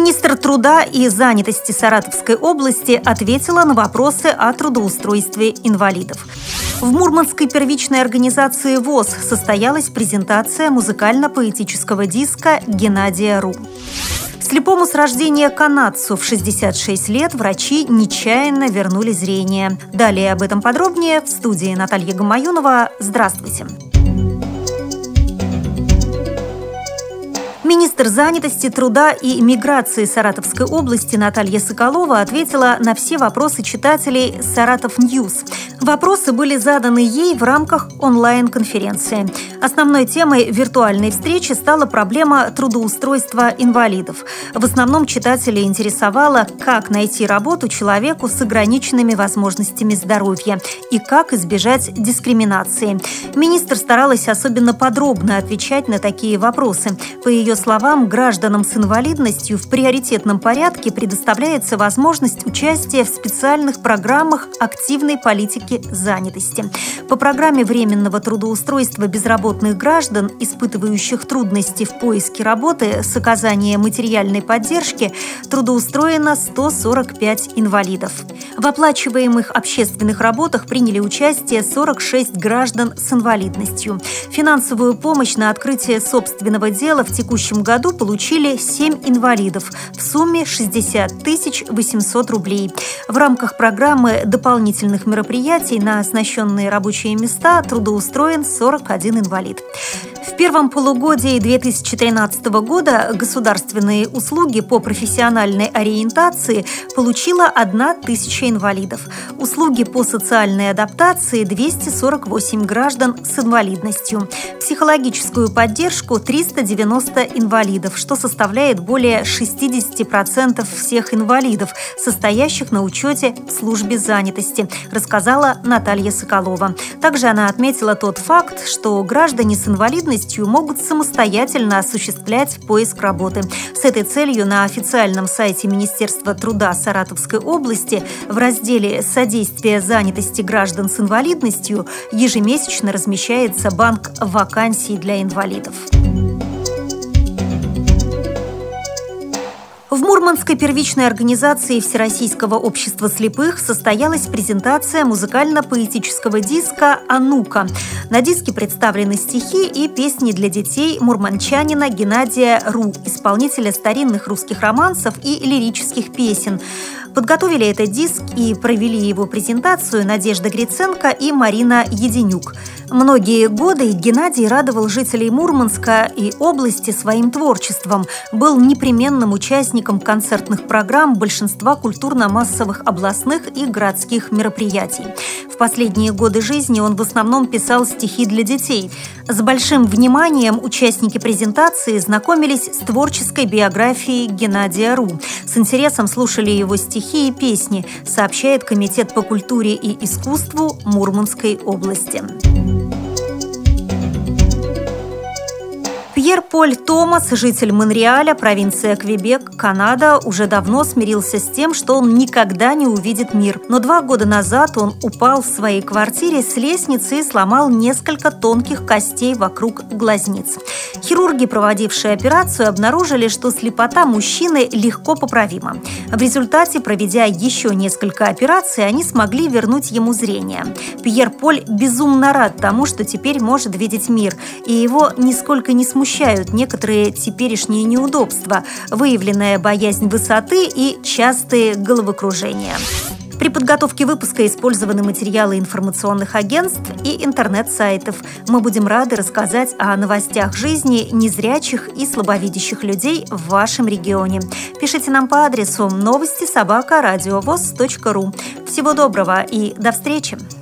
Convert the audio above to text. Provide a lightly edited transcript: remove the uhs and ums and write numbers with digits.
Министр труда и занятости Саратовской области ответила на вопросы о трудоустройстве инвалидов. В Мурманской первичной организации ВОС состоялась презентация музыкально-поэтического диска «Геннадия.ру». Слепому с рождения канадцу в 66 лет врачи нечаянно вернули зрение. Далее об этом подробнее в студии Наталья Гамаюнова. Здравствуйте. Министр занятости, труда и миграции Саратовской области Наталья Соколова ответила на все вопросы читателей «Саратов Ньюс». Вопросы были заданы ей в рамках онлайн-конференции. Основной темой виртуальной встречи стала проблема трудоустройства инвалидов. В основном читателей интересовало, как найти работу человеку с ограниченными возможностями здоровья и как избежать дискриминации. Министр старалась особенно подробно отвечать на такие вопросы. По ее словам, гражданам с инвалидностью в приоритетном порядке предоставляется возможность участия в специальных программах активной политики занятости. По программе временного трудоустройства безработных граждан, испытывающих трудности в поиске работы с оказанием материальной поддержки, трудоустроено 145 инвалидов. В оплачиваемых общественных работах приняли участие 46 граждан с инвалидностью. Финансовую помощь на открытие собственного дела в текущем году получили 7 инвалидов в сумме 60 800 рублей. В рамках программы дополнительных мероприятий на оснащенные рабочие места трудоустроен 41 инвалид. В первом полугодии 2013 года государственные услуги по профессиональной ориентации получила 1000 инвалидов. Услуги по социальной адаптации – 248 граждан с инвалидностью. Психологическую поддержку – 390 инвалидов, что составляет более 60% всех инвалидов, состоящих на учете в службе занятости, рассказала Наталья Соколова. Также она отметила тот факт, что граждане с инвалидностью могут самостоятельно осуществлять поиск работы. С этой целью на официальном сайте Министерства труда Саратовской области в разделе «Содействие занятости граждан с инвалидностью» ежемесячно размещается банк вакансий для инвалидов. В Мурманской первичной организации Всероссийского общества слепых состоялась презентация музыкально-поэтического диска «А-ну-ка». На диске представлены стихи и песни для детей мурманчанина Геннадия.ру, исполнителя старинных русских романсов и лирических песен. Подготовили этот диск и провели его презентацию Надежда Гриценко и Марина Еденюк. Многие годы Геннадий радовал жителей Мурманска и области своим творчеством, был непременным участником концертных программ большинства культурно-массовых областных и городских мероприятий. В последние годы жизни он в основном писал стихи для детей. С большим вниманием участники презентации знакомились с творческой биографией Геннадия.ру. С интересом слушали его стихи и песни, сообщает Комитет по культуре и искусству Мурманской области. Пьер-Поль Томас, житель Монреаля, провинция Квебек, Канада, уже давно смирился с тем, что он никогда не увидит мир. Но 2 года назад он упал в своей квартире с лестницы и сломал несколько тонких костей вокруг глазниц. Хирурги, проводившие операцию, обнаружили, что слепота мужчины легко поправима. В результате, проведя еще несколько операций, они смогли вернуть ему зрение. Пьер-Поль безумно рад тому, что теперь может видеть мир, и его нисколько не смущает некоторые теперешние неудобства, выявленная боязнь высоты и частые головокружения. При подготовке выпуска использованы материалы информационных агентств и интернет-сайтов. Мы будем рады рассказать о новостях жизни незрячих и слабовидящих людей в вашем регионе. Пишите нам по адресу новости@радиовос.ру. Всего доброго и до встречи!